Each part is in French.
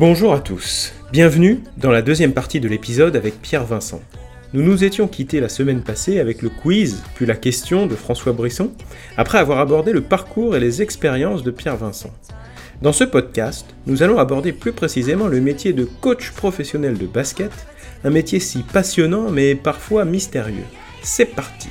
Bonjour à tous, bienvenue dans la deuxième partie de l'épisode avec Pierre Vincent. Nous nous étions quittés la semaine passée avec le quiz, puis la question de François Brisson, après avoir abordé le parcours et les expériences de Pierre Vincent. Dans ce podcast, nous allons aborder plus précisément le métier de coach professionnel de basket, un métier si passionnant mais parfois mystérieux. C'est parti!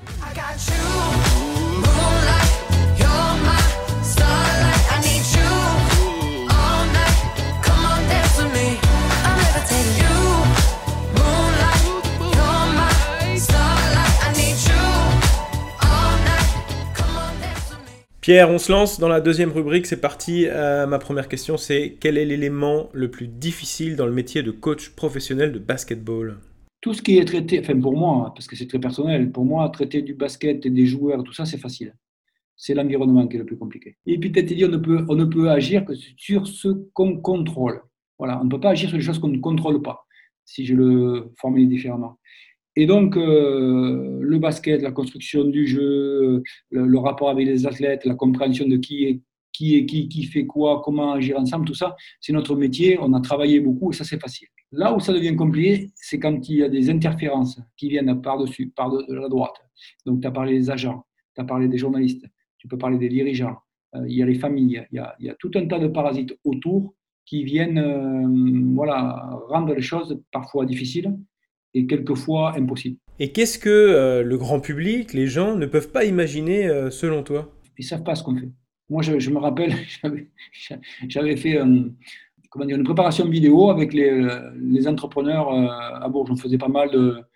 Pierre, on se lance dans la deuxième rubrique, c'est parti. Ma première question, c'est quel est l'élément le plus difficile dans le métier de coach professionnel de basketball? Tout ce qui est traité, enfin pour moi, parce que c'est très personnel, pour moi, traiter du basket et des joueurs, tout ça, c'est facile. C'est l'environnement qui est le plus compliqué. Et puis, peut-être dit, on ne peut agir que sur ce qu'on contrôle. Voilà, on ne peut pas agir sur les choses qu'on ne contrôle pas, si je le formule différemment. Et donc, le basket, la construction du jeu, le rapport avec les athlètes, la compréhension de qui fait quoi, comment agir ensemble, tout ça, c'est notre métier. On a travaillé beaucoup et ça, c'est facile. Là où ça devient compliqué, c'est quand il y a des interférences qui viennent par-dessus, par de la droite. Donc, tu as parlé des agents, tu as parlé des journalistes, tu peux parler des dirigeants, il y a les familles, il y a tout un tas de parasites autour qui viennent rendre les choses parfois difficiles et quelquefois impossible. Et qu'est-ce que le grand public, les gens, ne peuvent pas imaginer selon toi? Ils ne savent pas ce qu'on fait. Moi, je me rappelle, j'avais fait une préparation vidéo avec les entrepreneurs à Bourges. On faisait pas mal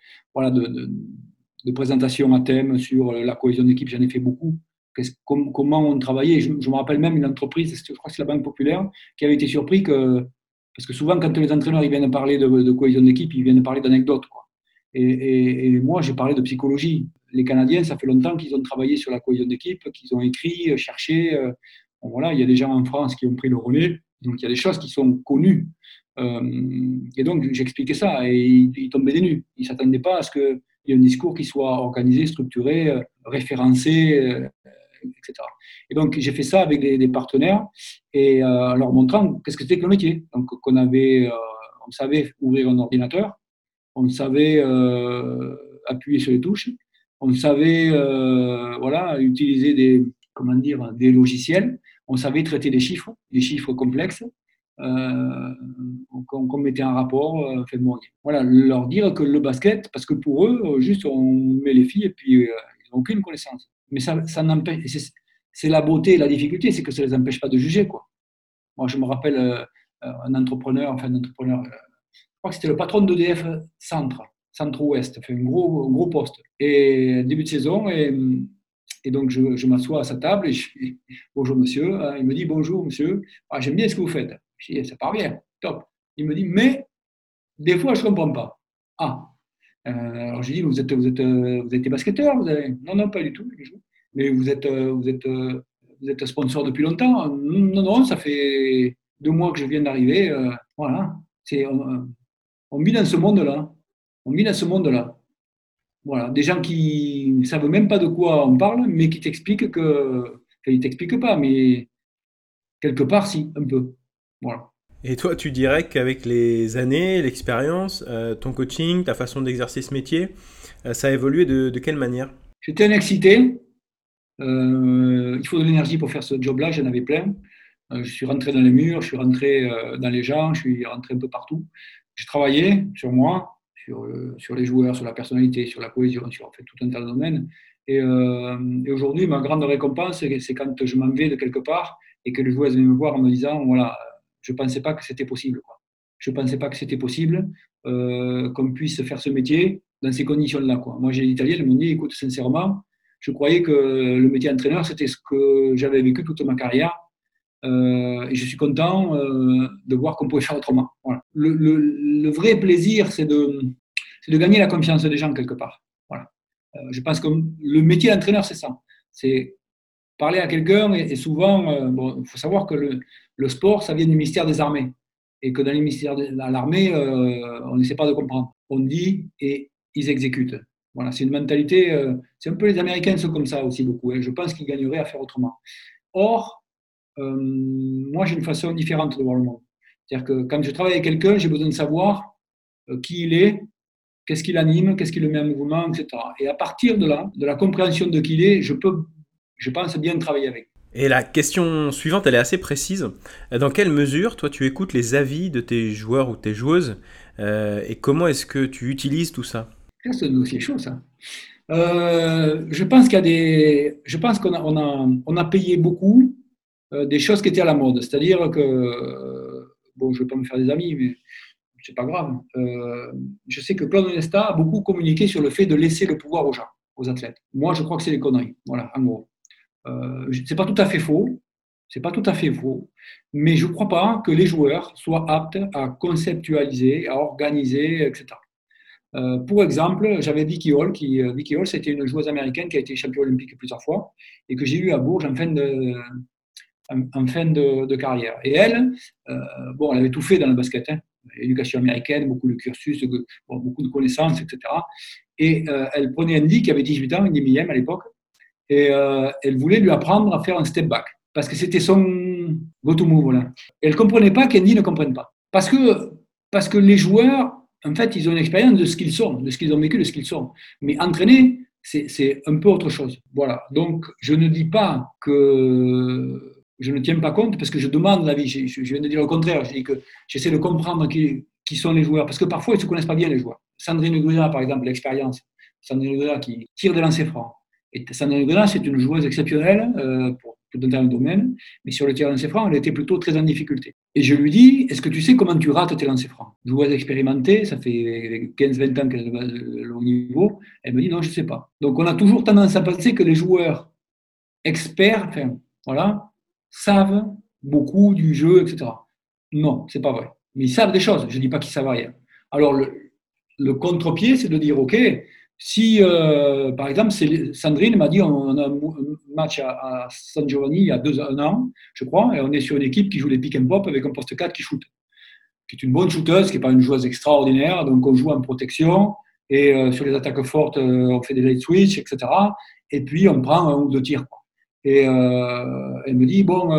de présentations à thème sur la cohésion d'équipe. J'en ai fait beaucoup. Comment on travaillait. Je me rappelle même une entreprise, je crois que c'est la Banque Populaire, qui avait été surpris parce que souvent, quand les entraîneurs ils viennent parler de cohésion d'équipe, ils viennent parler d'anecdotes, quoi. Et moi, j'ai parlé de psychologie. Les Canadiens, ça fait longtemps qu'ils ont travaillé sur la cohésion d'équipe, qu'ils ont écrit, cherché. Bon, voilà, il y a des gens en France qui ont pris le relais. Donc, il y a des choses qui sont connues. Et donc, j'expliquais ça et ils tombaient des nues. Ils ne s'attendaient pas à ce qu'il y ait un discours qui soit organisé, structuré, référencé, etc. Et donc, j'ai fait ça avec des partenaires et en leur montrant qu'est-ce que c'était que le métier. Donc, on savait ouvrir un ordinateur, on savait appuyer sur les touches, on savait utiliser des logiciels, on savait traiter des chiffres complexes qu'on mettait en rapport. Voilà, leur dire que le basket, parce que pour eux, juste on met les filles et puis ils n'ont aucune connaissance. Mais ça n'empêche, c'est la beauté et la difficulté, c'est que ça ne les empêche pas de juger, quoi. Moi, je me rappelle un entrepreneur, je crois que c'était le patron d'EDF Centre-Ouest, fait un gros poste. Et début de saison, et donc je m'assois à sa table et je dis bonjour monsieur. Il me dit bonjour monsieur, j'aime bien ce que vous faites. Je dis ça part bien, top. Il me dit mais des fois je ne comprends pas. Alors je dis vous êtes basketteur, non non pas du tout. Mais vous êtes sponsor depuis longtemps? Non non, ça fait 2 mois que je viens d'arriver. Voilà, on vit dans ce monde-là. On vit dans ce monde-là. Voilà, des gens qui ne savent même pas de quoi on parle, mais qui t'expliquent que. Enfin, ils ne t'expliquent pas, mais quelque part, si, un peu. Voilà. Et toi, tu dirais qu'avec les années, l'expérience, ton coaching, ta façon d'exercer ce métier, ça a évolué de quelle manière? J'étais un excité. Il faut de l'énergie pour faire ce job-là, j'en avais plein. Je suis rentré dans les murs, je suis rentré dans les gens, je suis rentré un peu partout. Je travaillais sur moi, sur les joueurs, sur la personnalité, sur la cohésion, sur en fait, tout un tas de domaines. Et aujourd'hui, ma grande récompense, c'est quand je m'en vais de quelque part et que les joueurs viennent me voir en me disant, voilà, je ne pensais pas que c'était possible, quoi. Je ne pensais pas que c'était possible qu'on puisse faire ce métier dans ces conditions-là, quoi. Moi, j'ai l'Italien, ils m'ont dit, écoute, sincèrement, je croyais que le métier d'entraîneur, c'était ce que j'avais vécu toute ma carrière. Et je suis content de voir qu'on pouvait faire autrement. Voilà. Le vrai plaisir, c'est de gagner la confiance des gens quelque part. Voilà. Je pense que le métier d'entraîneur, c'est ça. C'est parler à quelqu'un et souvent, il faut savoir que le sport, ça vient du ministère des Armées. Et que dans les ministères de l'armée, on n'essaie pas de comprendre. On dit et ils exécutent. Voilà, c'est une mentalité, c'est un peu les Américains sont comme ça aussi beaucoup. Hein. Je pense qu'ils gagneraient à faire autrement. Or, moi, j'ai une façon différente de voir le monde. C'est-à-dire que quand je travaille avec quelqu'un, j'ai besoin de savoir qui il est, qu'est-ce qui l'anime, qu'est-ce qui le met en mouvement, etc. Et à partir de là, de la compréhension de qui il est, je pense bien travailler avec. Et la question suivante, elle est assez précise. Dans quelle mesure, toi, tu écoutes les avis de tes joueurs ou tes joueuses et comment est-ce que tu utilises tout ça? Ça, c'est un dossier chaud, ça. Je pense je pense qu'on a payé beaucoup des choses qui étaient à la mode. C'est-à-dire que, bon, je ne vais pas me faire des amis, mais c'est pas grave. Je sais que Claude Onesta a beaucoup communiqué sur le fait de laisser le pouvoir aux gens, aux athlètes. Moi, je crois que c'est des conneries. Voilà, en gros. C'est pas tout à fait faux. C'est pas tout à fait faux, mais je ne crois pas que les joueurs soient aptes à conceptualiser, à organiser, etc. Pour exemple, j'avais Vicky Hall. Vicky Hall, c'était une joueuse américaine qui a été championne olympique plusieurs fois et que j'ai eu à Bourges en fin de carrière. Et elle, bon, elle avait tout fait dans le basket, hein. Éducation américaine, beaucoup de cursus, bon, beaucoup de connaissances, etc. Et elle prenait Andy, qui avait 18 ans, Andy Millem à l'époque, et elle voulait lui apprendre à faire un step back, parce que c'était son go-to move. Voilà. Et elle ne comprenait pas qu'Andy ne comprenne pas. Parce que les joueurs, en fait, ils ont une expérience de ce qu'ils sont, de ce qu'ils ont vécu, de ce qu'ils sont. Mais entraîner, c'est un peu autre chose. Voilà. Donc, je ne dis pas que je ne tiens pas compte, parce que je demande l'avis. Je viens de dire le contraire. Je dis que j'essaie de comprendre qui sont les joueurs, parce que parfois, ils ne se connaissent pas bien, les joueurs. Sandrine Gruda, par exemple, l'expérience. Sandrine Gruda qui tire des lancers francs. Et Sandrine Gruda, c'est une joueuse exceptionnelle pour tout un tas de domaines, mais sur le tir de lancers francs, elle était plutôt très en difficulté. Et je lui dis, est-ce que tu sais comment tu rates tes lancers francs? Joueuse expérimentée, ça fait 15-20 ans qu'elle est à le haut niveau. Elle me dit, non, je ne sais pas. Donc, on a toujours tendance à penser que les joueurs experts, enfin, voilà, savent beaucoup du jeu, etc. Non, c'est pas vrai. Mais ils savent des choses. Je ne dis pas qu'ils savent rien. Alors, le contre-pied, c'est de dire, OK, si, par exemple, Sandrine m'a dit, on a un match à San Giovanni il y a un an, je crois, et on est sur une équipe qui joue les pick and pop avec un poste 4 qui shoot, qui est une bonne shooteuse, qui n'est pas une joueuse extraordinaire, donc on joue en protection, et sur les attaques fortes, on fait des late switch, etc. Et puis on prend un ou deux tirs, quoi. Et elle me dit, bon,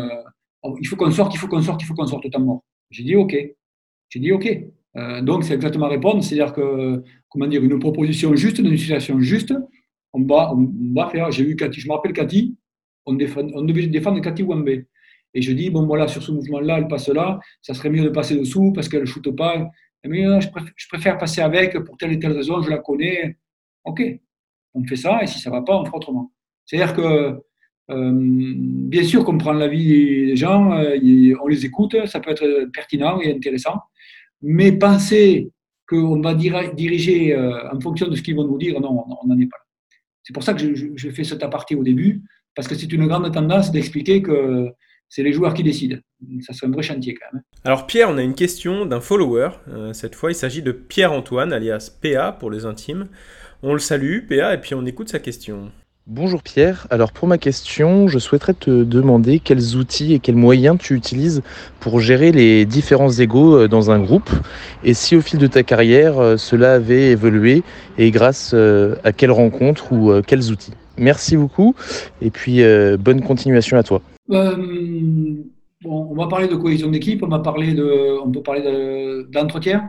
il faut qu'on sorte, il faut qu'on sorte, il faut qu'on sorte au temps mort. J'ai dit, OK. J'ai dit, OK. Donc, c'est exactement répondre, c'est-à-dire que, comment dire, une proposition juste, dans une situation juste, on va faire. J'ai vu Cathy, je me rappelle Cathy, on devait défendre Cathy Wambé. Et je dis, bon, voilà, sur ce mouvement-là, elle passe là, ça serait mieux de passer dessous parce qu'elle ne shoote pas. Mais je préfère passer avec pour telle et telle raison, je la connais. OK, on fait ça, et si ça ne va pas, on fera autrement. C'est-à-dire que, bien sûr qu'on prend l'avis des gens, on les écoute, ça peut être pertinent et intéressant, mais penser qu'on va diriger en fonction de ce qu'ils vont nous dire, non, on n'en est pas là. C'est pour ça que je fais cet aparté au début, parce que c'est une grande tendance d'expliquer que c'est les joueurs qui décident. Ça serait un vrai chantier quand même. Alors Pierre, on a une question d'un follower. Cette fois, il s'agit de Pierre-Antoine, alias PA pour les intimes. On le salue, PA, et puis on écoute sa question. Bonjour Pierre, alors pour ma question, je souhaiterais te demander quels outils et quels moyens tu utilises pour gérer les différents égos dans un groupe et si au fil de ta carrière cela avait évolué et grâce à quelles rencontres ou quels outils. Merci beaucoup et puis bonne continuation à toi. Bon, on va parler de cohésion d'équipe, on peut parler d'entretien,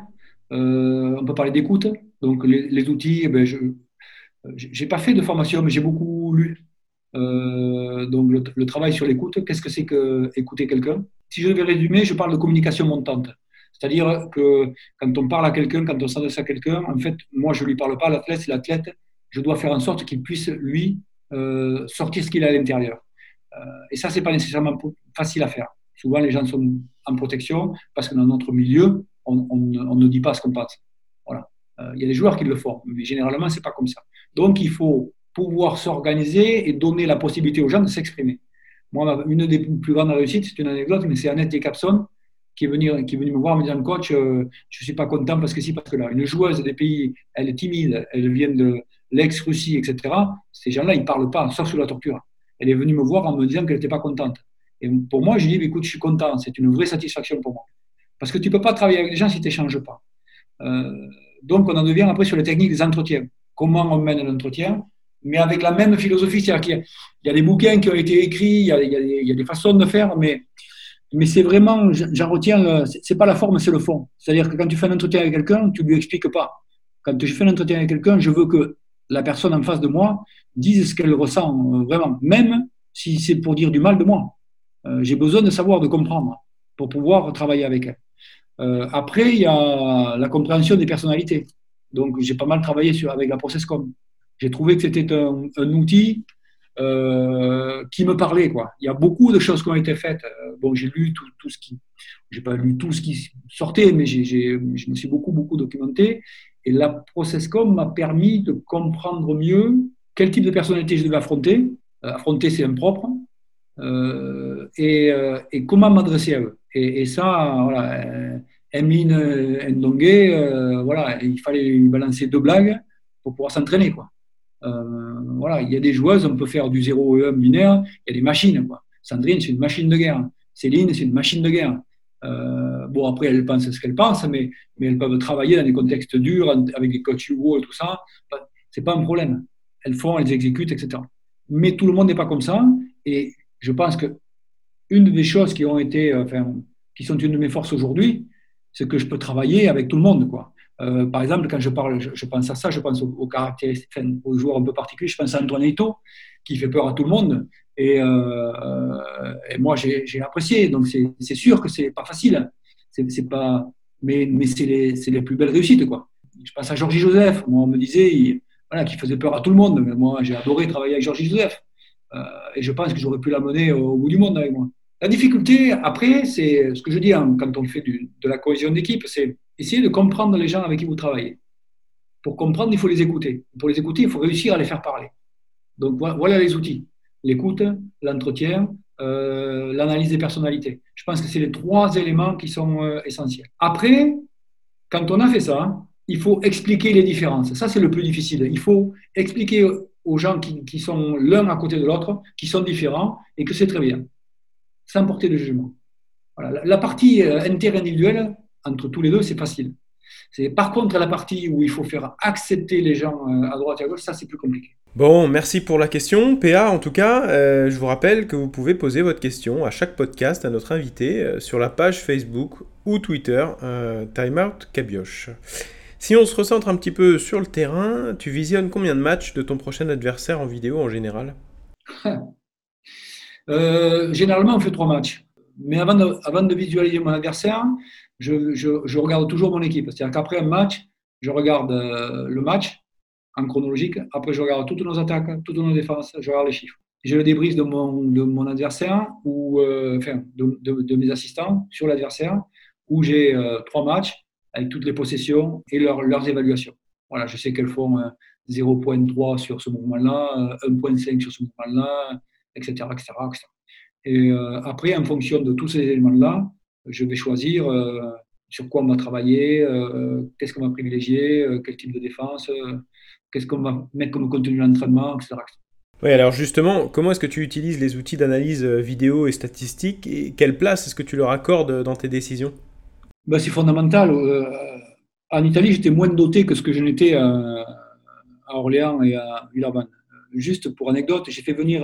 on peut parler d'écoute. Donc les outils, j'ai pas fait de formation, mais j'ai beaucoup lu. Donc le travail sur l'écoute, qu'est-ce que c'est que écouter quelqu'un? Si je devais résumer, je parle de communication montante. C'est-à-dire que quand on parle à quelqu'un, quand on s'adresse à quelqu'un, en fait, moi je lui parle pas à l'athlète, c'est l'athlète. Je dois faire en sorte qu'il puisse lui sortir ce qu'il a à l'intérieur. Et ça, c'est pas nécessairement facile à faire. Souvent, les gens sont en protection parce que dans notre milieu, on ne dit pas ce qu'on pense. Voilà. Il y a des joueurs qui le font, mais généralement, c'est pas comme ça. Donc, il faut pouvoir s'organiser et donner la possibilité aux gens de s'exprimer. Moi, une des plus grandes réussites, c'est une anecdote, mais c'est Annette Jacobson qui est venue me voir en me disant, coach, je ne suis pas content parce que si, parce que là. Une joueuse des pays, elle est timide, elle vient de l'ex-Russie, etc. Ces gens-là, ils ne parlent pas, sauf sous la torture. Elle est venue me voir en me disant qu'elle n'était pas contente. Et pour moi, je lui ai dit, écoute, je suis content, c'est une vraie satisfaction pour moi. Parce que tu ne peux pas travailler avec les gens si tu n'échanges pas. Donc, on en devient après sur les techniques des entretiens. Comment on mène l'entretien, mais avec la même philosophie. C'est-à-dire qu'il y a des bouquins qui ont été écrits, il y a des façons de faire, mais Mais c'est vraiment, j'en retiens, c'est pas la forme, c'est le fond. C'est-à-dire que quand tu fais un entretien avec quelqu'un, tu lui expliques pas. Quand je fais un entretien avec quelqu'un, je veux que la personne en face de moi dise ce qu'elle ressent vraiment, même si c'est pour dire du mal de moi. J'ai besoin de savoir, de comprendre pour pouvoir travailler avec elle. Après, il y a la compréhension des personnalités. Donc, j'ai pas mal travaillé avec la ProcessCom. J'ai trouvé que c'était un outil qui me parlait, quoi. Il y a beaucoup de choses qui ont été faites. Bon, j'ai lu tout ce qui, j'ai pas lu tout ce qui sortait, mais je me suis beaucoup documenté. Et la ProcessCom m'a permis de comprendre mieux quel type de personnalité je devais affronter. Affronter, c'est impropre. Et comment m'adresser à eux. Et ça, voilà, Emeline Ndongue, voilà, il fallait lui balancer 2 blagues pour pouvoir s'entraîner, quoi. Voilà, il y a des joueuses, on peut faire du 0 et 1 binaire, il y a des machines, quoi. Sandrine, c'est une machine de guerre. Céline, c'est une machine de guerre. Bon, après, elles pensent ce qu'elles pensent, mais elles peuvent travailler dans des contextes durs, avec des coachs Hugo et tout ça. C'est pas un problème. Elles font, elles exécutent, etc. Mais tout le monde n'est pas comme ça. Et je pense que une des choses qui ont été, qui sont une de mes forces aujourd'hui, c'est que je peux travailler avec tout le monde, quoi. Par exemple, quand je parle, je pense à ça, je pense aux caractéristiques, aux joueurs un peu particuliers. Je pense à Antoine Ito, qui fait peur à tout le monde. Et moi, j'ai apprécié. Donc, c'est sûr que c'est pas facile. C'est pas, mais c'est les plus belles réussites, quoi. Je pense à Georgie Joseph. Moi, on me disait voilà, qu'il faisait peur à tout le monde. Mais moi, j'ai adoré travailler avec Georgie Joseph. Et je pense que j'aurais pu l'amener au bout du monde avec moi. La difficulté, après, c'est ce que je dis quand on fait de la cohésion d'équipe, c'est essayer de comprendre les gens avec qui vous travaillez. Pour comprendre, il faut les écouter. Pour les écouter, il faut réussir à les faire parler. Donc voilà les outils. L'écoute, l'entretien, l'analyse des personnalités. Je pense que c'est les 3 éléments qui sont essentiels. Après, quand on a fait ça, il faut expliquer les différences. Ça, c'est le plus difficile. Il faut expliquer aux gens qui sont l'un à côté de l'autre, qui sont différents et que c'est très bien, sans porter de jugement. Voilà. La partie interindividuelle, entre tous les deux, c'est facile. Par contre, la partie où il faut faire accepter les gens à droite et à gauche, ça, c'est plus compliqué. Bon, merci pour la question. PA, en tout cas, je vous rappelle que vous pouvez poser votre question à chaque podcast à notre invité sur la page Facebook ou Twitter Timeout Cabioche. Si on se recentre un petit peu sur le terrain, tu visionnes combien de matchs de ton prochain adversaire en vidéo en général ? Généralement, on fait 3 matchs. Mais avant de visualiser mon adversaire, je regarde toujours mon équipe. C'est-à-dire qu'après un match, je regarde le match en chronologique. Après, je regarde toutes nos attaques, toutes nos défenses, je regarde les chiffres. J'ai le débrief de mon adversaire ou de mes assistants sur l'adversaire, où j'ai 3 matchs avec toutes les possessions et leurs évaluations. Voilà, je sais qu'elles font 0,3 sur ce mouvement-là, 1,5 sur ce mouvement-là, etc., etc., etc. Et après, en fonction de tous ces éléments-là, je vais choisir sur quoi on va travailler, qu'est-ce qu'on va privilégier, quel type de défense, qu'est-ce qu'on va mettre comme contenu d'entraînement, etc. Oui, alors justement, comment est-ce que tu utilises les outils d'analyse vidéo et statistiques et quelle place est-ce que tu leur accordes dans tes décisions ? Ben, c'est fondamental. En Italie, j'étais moins doté que ce que je n'étais à Orléans et à Villeurbanne. Juste pour anecdote, j'ai fait venir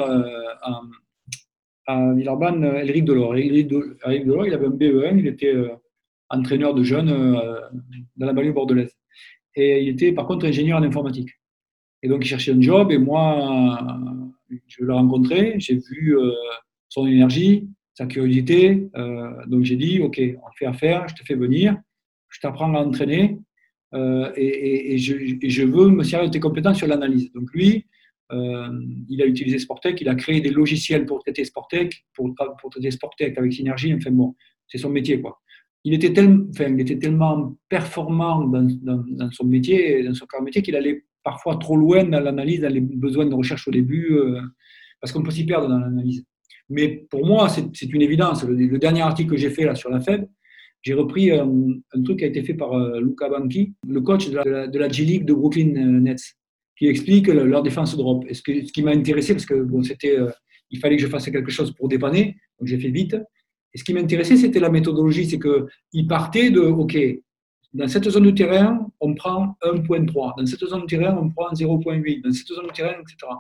à Villeurbanne Éric Delors. Éric Delors, il avait un BE1, il était entraîneur de jeunes dans la banlieue bordelaise. Et il était par contre ingénieur en informatique. Et donc il cherchait un job et moi, je l'ai rencontré, j'ai vu son énergie, sa curiosité. Donc j'ai dit, ok, on fait affaire, je te fais venir, je t'apprends à entraîner et je veux me servir de tes compétences sur l'analyse. Donc lui, il a utilisé Sportec, il a créé des logiciels pour traiter Sportec, pour traiter Sportec avec Synergie. Enfin bon, c'est son métier, quoi. Il était tellement performant dans son métier, dans son corps métier, qu'il allait parfois trop loin dans l'analyse, dans les besoins de recherche au début, parce qu'on peut s'y perdre dans l'analyse. Mais pour moi, c'est une évidence. Le dernier article que j'ai fait là sur la FEB, j'ai repris un truc qui a été fait par Luca Banchi, le coach de la G-League de Brooklyn Nets, qui explique leur défense drop. Et ce qui m'a intéressé, parce que bon, il fallait que je fasse quelque chose pour dépanner, donc j'ai fait vite. Et ce qui m'intéressait, c'était la méthodologie, c'est qu'il partait de, OK, dans cette zone de terrain, on prend 1,3. Dans cette zone de terrain, on prend 0,8. Dans cette zone de terrain, etc.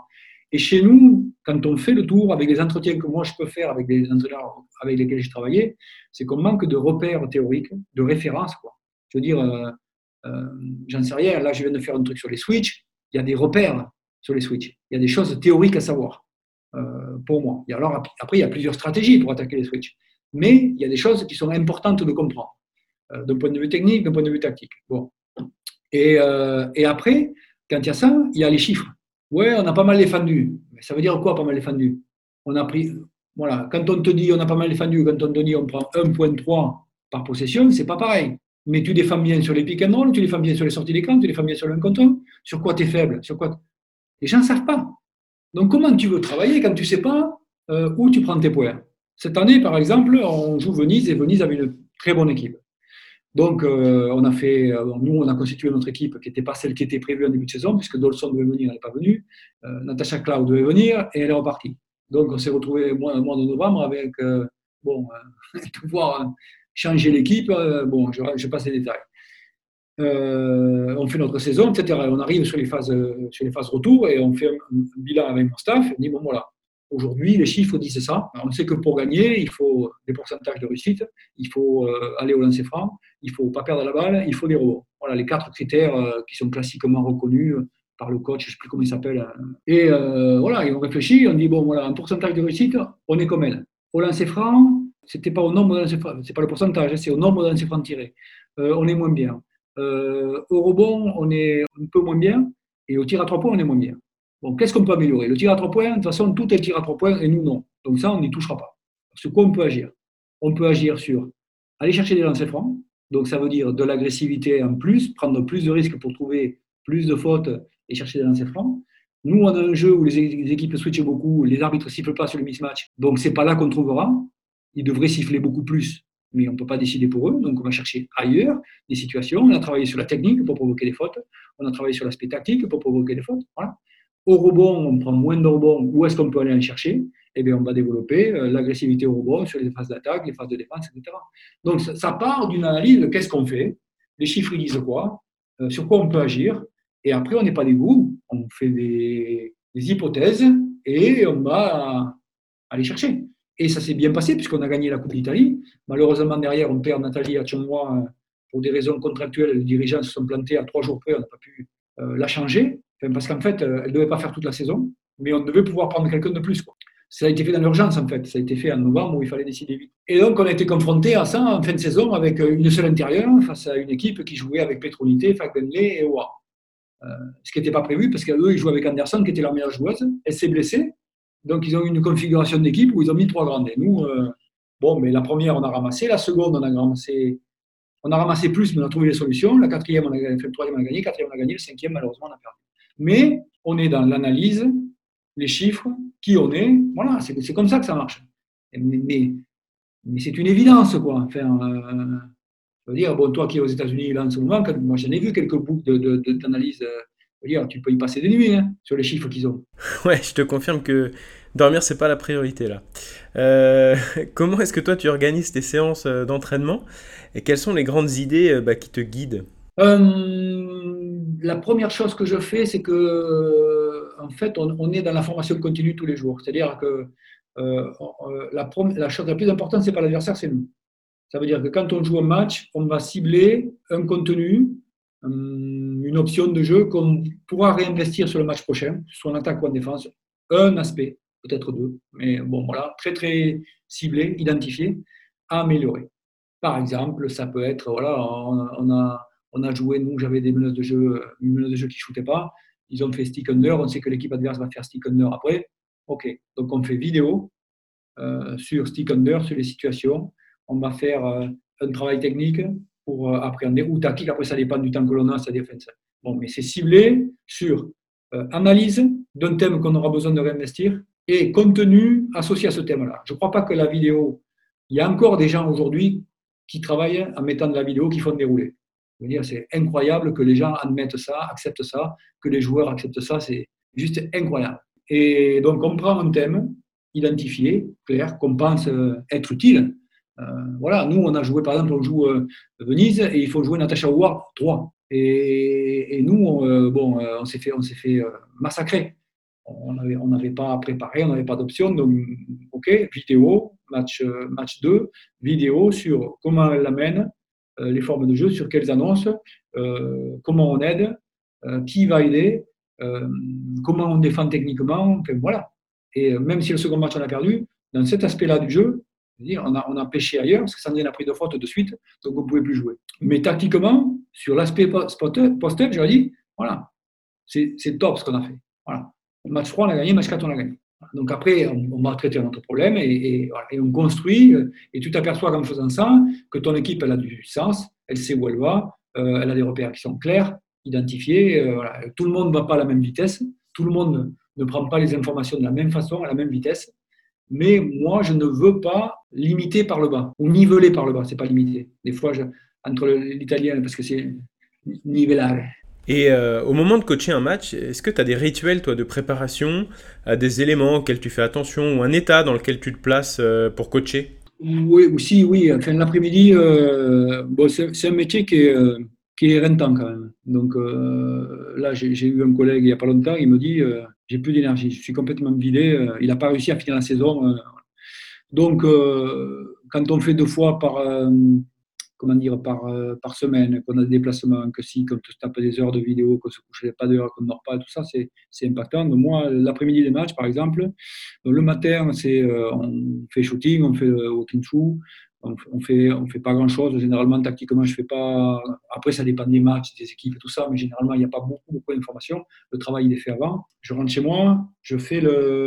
Et chez nous, quand on fait le tour avec les entretiens que moi je peux faire avec des entraîneurs avec lesquels j'ai travaillé, c'est qu'on manque de repères théoriques, de références, quoi. Je veux dire, euh, j'en sais rien, là je viens de faire un truc sur les switches, il y a des repères sur les switches, il y a des choses théoriques à savoir pour moi. Et alors, après, il y a plusieurs stratégies pour attaquer les switches, mais il y a des choses qui sont importantes de comprendre, d'un point de vue technique, d'un point de vue tactique. Bon. Et après, quand il y a ça, il y a les chiffres. Ouais, on a pas mal défendu. Mais ça veut dire quoi, pas mal défendu? On a pris, voilà, quand on te dit on a pas mal défendu, quand on te dit on prend 1,3 par possession, c'est pas pareil. Mais tu défends bien sur les pick and roll, tu défends bien sur les sorties d'écran, tu défends bien sur le 1 contre 1. Sur quoi tu es faible? Sur quoi Les gens ne savent pas. Donc, comment tu veux travailler quand tu ne sais pas où tu prends tes points? Cette année, par exemple, on joue Venise et Venise avait une très bonne équipe. Donc, nous, on a constitué notre équipe qui n'était pas celle qui était prévue en début de saison, puisque Dolson devait venir, elle n'est pas venue. Natacha Cloud devait venir et elle est repartie. Donc, on s'est retrouvé au mois de novembre avec, devoir changer l'équipe. Je passe les détails. On fait notre saison, etc. On arrive sur les phases retour et on fait un bilan avec mon staff. On dit, bon, voilà, aujourd'hui, les chiffres disent ça. Alors, on sait que pour gagner, il faut des pourcentages de réussite, il faut aller au lancer franc, il ne faut pas perdre la balle, il faut des rebonds. Voilà les 4 critères qui sont classiquement reconnus par le coach, je ne sais plus comment il s'appelle. Et voilà, ils ont réfléchi, on dit, bon, voilà, un pourcentage de réussite, on est comme elle. Au lancer franc, c'était pas au nombre de lancers francs, c'est pas le pourcentage, c'est au nombre de lancers francs tirés. On est moins bien. Au rebond, on est un peu moins bien, et au tir à 3 points, on est moins bien. Bon, qu'est-ce qu'on peut améliorer? Le tir à 3 points, de toute façon, tout est tir à 3 points, et nous, non. Donc ça, on n'y touchera pas. Sur quoi on peut agir? On peut agir sur aller chercher des lancers francs, donc ça veut dire de l'agressivité en plus, prendre plus de risques pour trouver plus de fautes et chercher des lancers francs. Nous, on a un jeu où les équipes switchent beaucoup, les arbitres ne sifflent pas sur le mismatch, donc c'est pas là qu'on trouvera. Ils devraient siffler beaucoup plus, mais on ne peut pas décider pour eux, donc on va chercher ailleurs des situations. On a travaillé sur la technique pour provoquer des fautes, on a travaillé sur l'aspect tactique pour provoquer des fautes. Voilà. Au rebond, on prend moins de rebonds, où est-ce qu'on peut aller en chercher? Eh bien, on va développer l'agressivité au rebond sur les phases d'attaque, les phases de défense, etc. Donc, ça part d'une analyse de qu'est-ce qu'on fait, les chiffres ils disent quoi, sur quoi on peut agir, et après, on n'est pas des gourous, on fait des hypothèses et on va aller chercher. Et ça s'est bien passé puisqu'on a gagné la Coupe d'Italie. Malheureusement, derrière, on perd Nathalie Achonwa pour des raisons contractuelles. Les dirigeants se sont plantés à 3 jours près, on n'a pas pu la changer, parce qu'en fait, elle ne devait pas faire toute la saison, mais on devait pouvoir prendre quelqu'un de plus, quoi. Ça a été fait dans l'urgence, en fait. Ça a été fait en novembre où il fallait décider vite. Et donc, on a été confronté à ça en fin de saison avec une seule intérieure face à une équipe qui jouait avec Petronité, Fagenley et Oa. Ce qui n'était pas prévu parce qu'eux, ils jouaient avec Anderson, qui était leur meilleure joueuse. Elle s'est blessée. Donc, ils ont eu une configuration d'équipe où ils ont mis 3 grandes. Et nous, mais la première, on a ramassé. La seconde, on a ramassé plus, mais on a trouvé les solutions. La quatrième, on a fait le troisième, on a gagné. Quatrième, on a gagné. Le cinquième, malheureusement, on a perdu. Mais on est dans l'analyse, les chiffres, qui on est. Voilà, c'est comme ça que ça marche. Mais c'est une évidence, quoi. Enfin, je veux dire, bon, toi qui es aux États-Unis là en ce moment, moi j'en ai vu quelques boucles d'analyse. Je veux dire, tu peux y passer des nuits sur les chiffres qu'ils ont. Ouais, je te confirme que dormir, c'est pas la priorité là. Comment est-ce que toi tu organises tes séances d'entraînement et quelles sont les grandes idées qui te guident? La première chose que je fais, c'est que en fait, on est dans la formation continue tous les jours. C'est-à-dire que la chose la plus importante, c'est pas l'adversaire, c'est nous. Ça veut dire que quand on joue un match, on va cibler un contenu, une option de jeu qu'on pourra réinvestir sur le match prochain, soit en attaque ou en défense, un aspect, peut-être 2, mais bon, voilà, très très ciblé, identifié, à améliorer. Par exemple, ça peut être, voilà, on a joué, nous, j'avais une meneuse de jeu qui ne shootait pas, ils ont fait stick under, on sait que l'équipe adverse va faire stick under après, ok, donc on fait vidéo sur stick under, sur les situations, on va faire un travail technique pour appréhender, ou tactique, après ça dépend du temps que l'on a, ça défense. Bon, mais c'est ciblé sur analyse d'un thème qu'on aura besoin de réinvestir et contenu associé à ce thème-là. Je ne crois pas que la vidéo, il y a encore des gens aujourd'hui qui travaillent en mettant de la vidéo qui font dérouler. Je veux dire, c'est incroyable que les gens admettent ça, acceptent ça, que les joueurs acceptent ça, c'est juste incroyable. Et donc, on prend un thème identifié, clair, qu'on pense être utile. Voilà, nous, on a joué, par exemple, on joue Venise et il faut jouer Natasha Howard 3. Et nous, on s'est fait massacrer. On n'avait pas préparé, on n'avait pas d'option. Donc, OK, vidéo, match 2, vidéo sur comment elle l'amène, les formes de jeu, sur quelles annonces, comment on aide, qui va aider, comment on défend techniquement. Enfin, voilà. Et même si le second match, on a perdu, dans cet aspect-là du jeu, on a pêché ailleurs, parce que Sandrine a pris 2 fautes de suite, donc on ne pouvait plus jouer. Mais tactiquement, sur l'aspect post-up, j'aurais dit, voilà, c'est top ce qu'on a fait. Voilà. Match 3, on a gagné, match 4, on a gagné. Donc après, on va traiter notre problème voilà, et on construit. Et tu t'aperçois qu'en faisant ça, que ton équipe, elle a du sens, elle sait où elle va, elle a des repères qui sont clairs, identifiés. Voilà. Tout le monde ne va pas à la même vitesse, tout le monde ne prend pas les informations de la même façon, à la même vitesse. Mais moi, je ne veux pas limiter par le bas, ou niveler par le bas, c'est pas limiter. Des fois, entre l'italien, parce que c'est nivelare. Et au moment de coacher un match, est-ce que tu as des rituels, toi, de préparation, des éléments auxquels tu fais attention, ou un état dans lequel tu te places pour coacher? Oui, aussi, oui. Enfin, l'après-midi, bon, c'est un métier qui est éreintant quand même. Donc là, j'ai eu un collègue il n'y a pas longtemps, il me dit j'ai plus d'énergie, je suis complètement vidé. Il n'a pas réussi à finir la saison. Donc, quand on fait 2 fois comment dire, par semaine, qu'on a des déplacements, que si, qu'on se tape des heures de vidéo, qu'on se couche pas d'heures, qu'on ne dort pas, tout ça, c'est impactant. Donc moi, l'après-midi des matchs, par exemple, le matin, on fait shooting, on fait walking through, on fait pas grand-chose. Généralement, tactiquement, je fais pas. Après, ça dépend des matchs, des équipes et tout ça, mais généralement, il n'y a pas beaucoup d'informations. Le travail, il est fait avant. Je rentre chez moi, je fais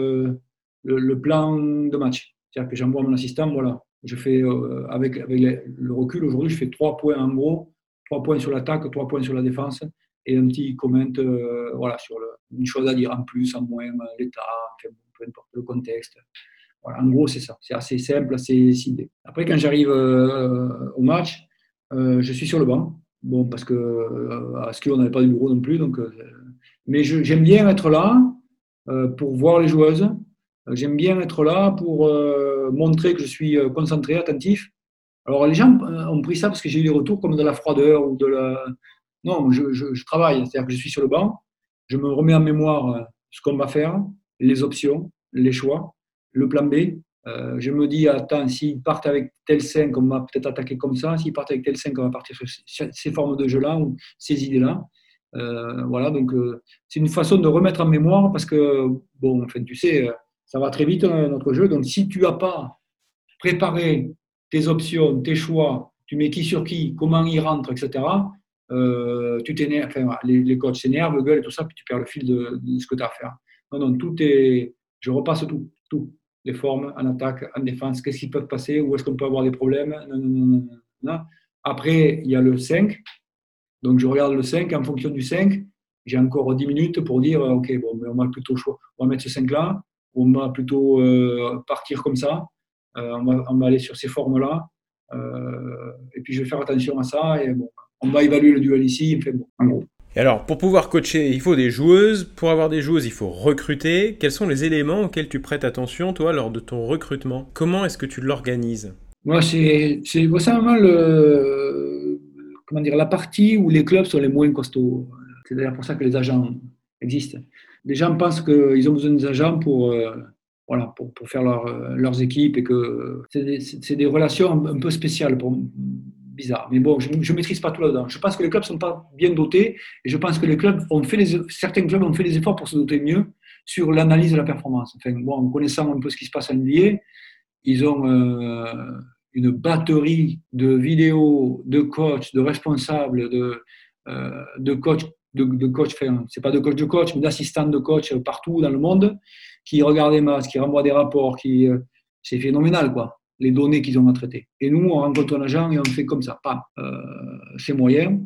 le plan de match. C'est-à-dire que j'envoie mon assistant, voilà. Je fais, avec le recul, aujourd'hui, je fais 3 points en gros, 3 points sur l'attaque, 3 points sur la défense, et un petit comment, voilà, sur une chose à dire en plus, en moins, l'état, enfin, peu importe le contexte. Voilà, en gros, c'est ça. C'est assez simple, assez ciblé. Après, quand j'arrive au match, je suis sur le banc. Bon, parce que à Ski, on n'avait pas de bureau non plus. Donc, mais j'aime bien être là pour voir les joueuses. J'aime bien être là pour montrer que je suis concentré, attentif. Alors, les gens ont pris ça parce que j'ai eu des retours comme de la froideur ou de la. Non, je travaille. C'est-à-dire que je suis sur le banc, je me remets en mémoire ce qu'on va faire, les options, les choix, le plan B. Je me dis, attends, s'ils partent avec tel 5, on va peut-être attaquer comme ça. S'ils partent avec tel 5, on va partir sur ces formes de jeu-là ou ces idées-là. Voilà, donc c'est une façon de remettre en mémoire parce que, bon, enfin, tu sais, ça va très vite notre jeu. Donc, si tu n'as pas préparé tes options, tes choix, tu mets qui sur qui, comment ils rentrent, etc., tu t'énerves, enfin, les coachs s'énervent, gueulent et tout ça, puis tu perds le fil de ce que tu as à faire. Non, non, tout est. Je repasse tout. Les formes, en attaque, en défense, qu'est-ce qui peut passer, où est-ce qu'on peut avoir des problèmes. Non. Après, il y a le 5. Donc, je regarde le 5. En fonction du 5, j'ai encore 10 minutes pour dire OK, bon, on va plutôt on va mettre ce 5-là, on va plutôt partir comme ça, on va aller sur ces formes-là. Et puis, je vais faire attention à ça. Et bon, on va évaluer le duel ici. Enfin, bon, en gros. Et alors, pour pouvoir coacher, il faut des joueuses. Pour avoir des joueuses, il faut recruter. Quels sont les éléments auxquels tu prêtes attention, toi, lors de ton recrutement? Comment est-ce que tu l'organises? Moi, c'est vraiment comment dire, la partie où les clubs sont les moins costauds. C'est d'ailleurs pour ça que les agents existent. Les gens pensent qu'ils ont besoin des agents voilà, pour faire leurs équipes et que c'est des relations un peu spéciales, bizarres. Mais bon, je ne maîtrise pas tout là-dedans. Je pense que les clubs ne sont pas bien dotés et je pense que certains clubs ont fait des efforts pour se doter mieux sur l'analyse de la performance. Enfin, bon, en connaissant un peu ce qui se passe en NBA, ils ont une batterie de vidéos, de coachs, de responsables, de coachs, enfin, c'est pas de coach, mais d'assistants de coach partout dans le monde qui regardent les matchs, qui renvoient des rapports, c'est phénoménal, quoi, les données qu'ils ont à traiter. Et nous, on rencontre un agent et on fait comme ça. C'est moyen.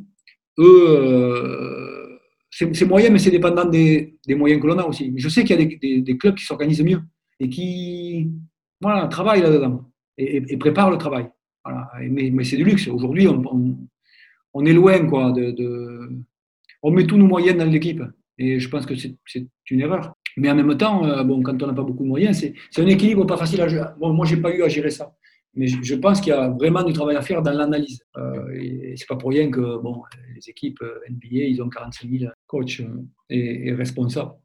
Eux, c'est moyen, mais c'est dépendant des moyens que l'on a aussi. Je sais qu'il y a des clubs qui s'organisent mieux et qui travaillent là-dedans et préparent le travail. Voilà. Mais c'est du luxe. Aujourd'hui, on est loin, quoi, on met tous nos moyens dans l'équipe. Et je pense que c'est une erreur. Mais en même temps, bon, quand on n'a pas beaucoup de moyens, c'est un équilibre pas facile à gérer. Bon, moi, je n'ai pas eu à gérer ça. Mais je pense qu'il y a vraiment du travail à faire dans l'analyse. Et ce n'est pas pour rien que bon, les équipes NBA, ils ont 45 000 coachs et responsables.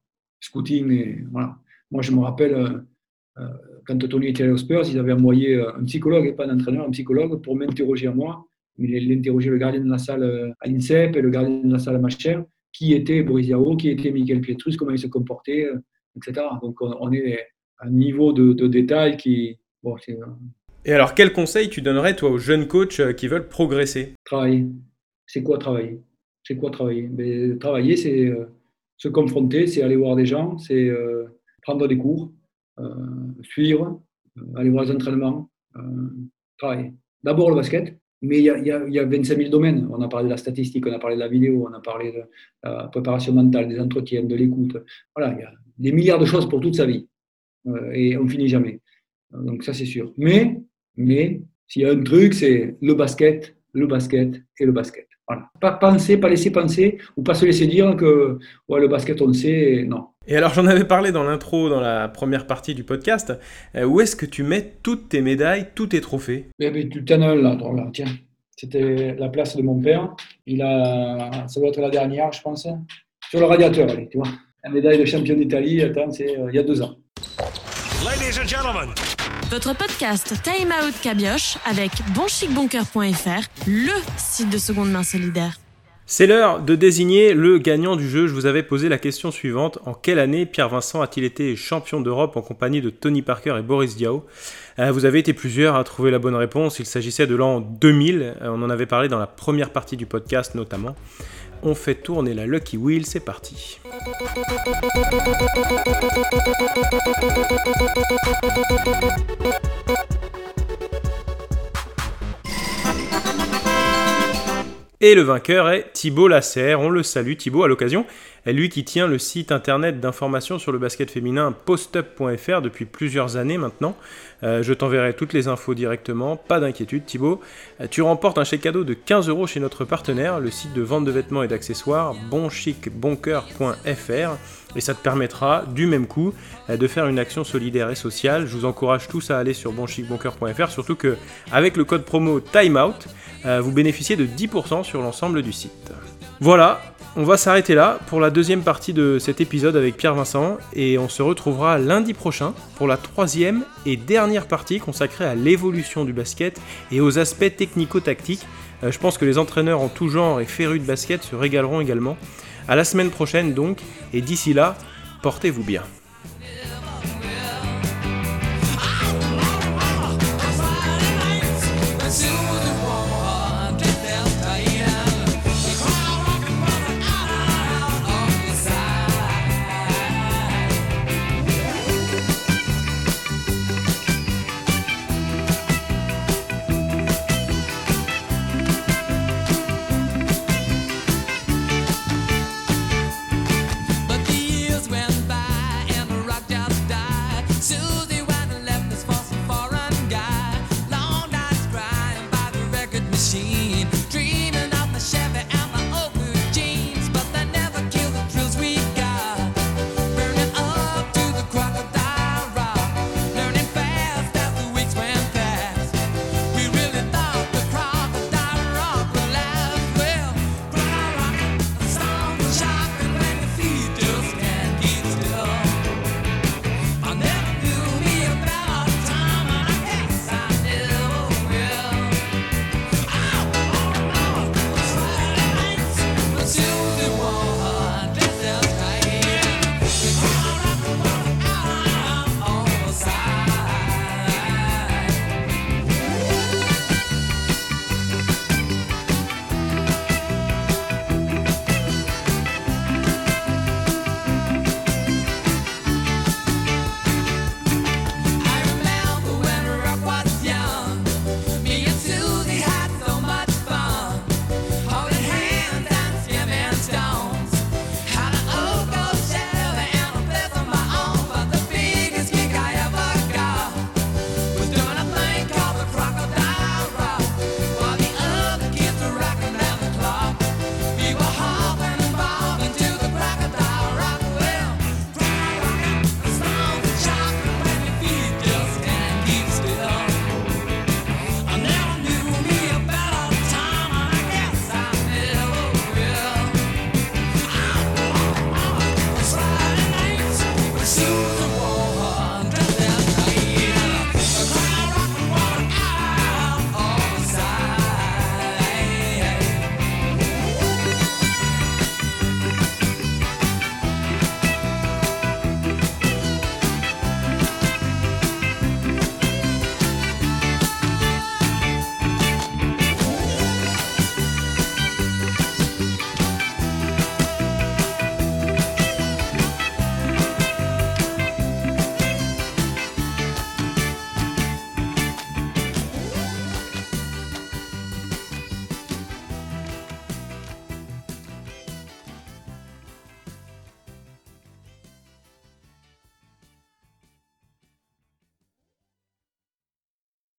scouting, et voilà. Moi, je me rappelle, quand Tony était allé aux Spurs, ils avaient envoyé un psychologue, et pas un entraîneur, un psychologue, pour m'interroger à moi. Il interrogeait le gardien de la salle à l'INSEP et le gardien de la salle à Macher, qui était Boris Diaw, qui était Michael Pietrus, comment il se comportait, etc. Donc, on est à un niveau de détail qui... Bon, c'est Et alors, quel conseil tu donnerais, toi, aux jeunes coachs qui veulent progresser? travailler. C'est quoi travailler? C'est quoi travailler? Mais travailler, c'est se confronter, c'est aller voir des gens, c'est prendre des cours, suivre, aller voir les entraînements, travailler. D'abord le basket, mais il y a 25 000 domaines. On a parlé de la statistique, on a parlé de la vidéo, on a parlé de la préparation mentale, des entretiens, de l'écoute. Voilà, il y a des milliards de choses pour toute sa vie. Et on ne finit jamais. Donc ça, c'est sûr. Mais s'il y a un truc, c'est le basket et le basket. Voilà. Pas laisser penser ou pas se laisser dire que ouais, le basket, on le sait. Non. Et alors, j'en avais parlé dans l'intro, dans la première partie du podcast. Où est-ce que tu mets toutes tes médailles, tous tes trophées? Mais tu t'en as là, tiens. C'était la place de mon père. Ça doit être la dernière, je pense. Sur le radiateur, allez, tu vois. La médaille de champion d'Italie, attends, c'est il y a 2 ans. Ladies and gentlemen. Votre podcast Time Out Cabioche avec bonchicboncoeur.fr, le site de seconde main solidaire. C'est l'heure de désigner le gagnant du jeu. Je vous avais posé la question suivante. En quelle année Pierre Vincent a-t-il été champion d'Europe en compagnie de Tony Parker et Boris Diaw? Vous avez été plusieurs à trouver la bonne réponse. Il s'agissait de l'an 2000. On en avait parlé dans la première partie du podcast notamment. On fait tourner la Lucky Wheel, c'est parti. Et le vainqueur est Thibaut Lasserre, on le salue Thibaut à l'occasion, lui qui tient le site internet d'information sur le basket féminin postup.fr depuis plusieurs années maintenant. Je t'enverrai toutes les infos directement, pas d'inquiétude Thibaut. Tu remportes un chèque cadeau de 15 € chez notre partenaire, le site de vente de vêtements et d'accessoires bonchicboncoeur.fr, et ça te permettra du même coup de faire une action solidaire et sociale. Je vous encourage tous à aller sur bonchicboncoeur.fr, surtout que avec le code promo TIMEOUT, vous bénéficiez de 10% sur l'ensemble du site. Voilà, on va s'arrêter là pour la deuxième partie de cet épisode avec Pierre Vincent, et on se retrouvera lundi prochain pour la troisième et dernière partie consacrée à l'évolution du basket et aux aspects technico-tactiques. Je pense que les entraîneurs en tout genre et férus de basket se régaleront également. À la semaine prochaine donc, et d'ici là, portez-vous bien.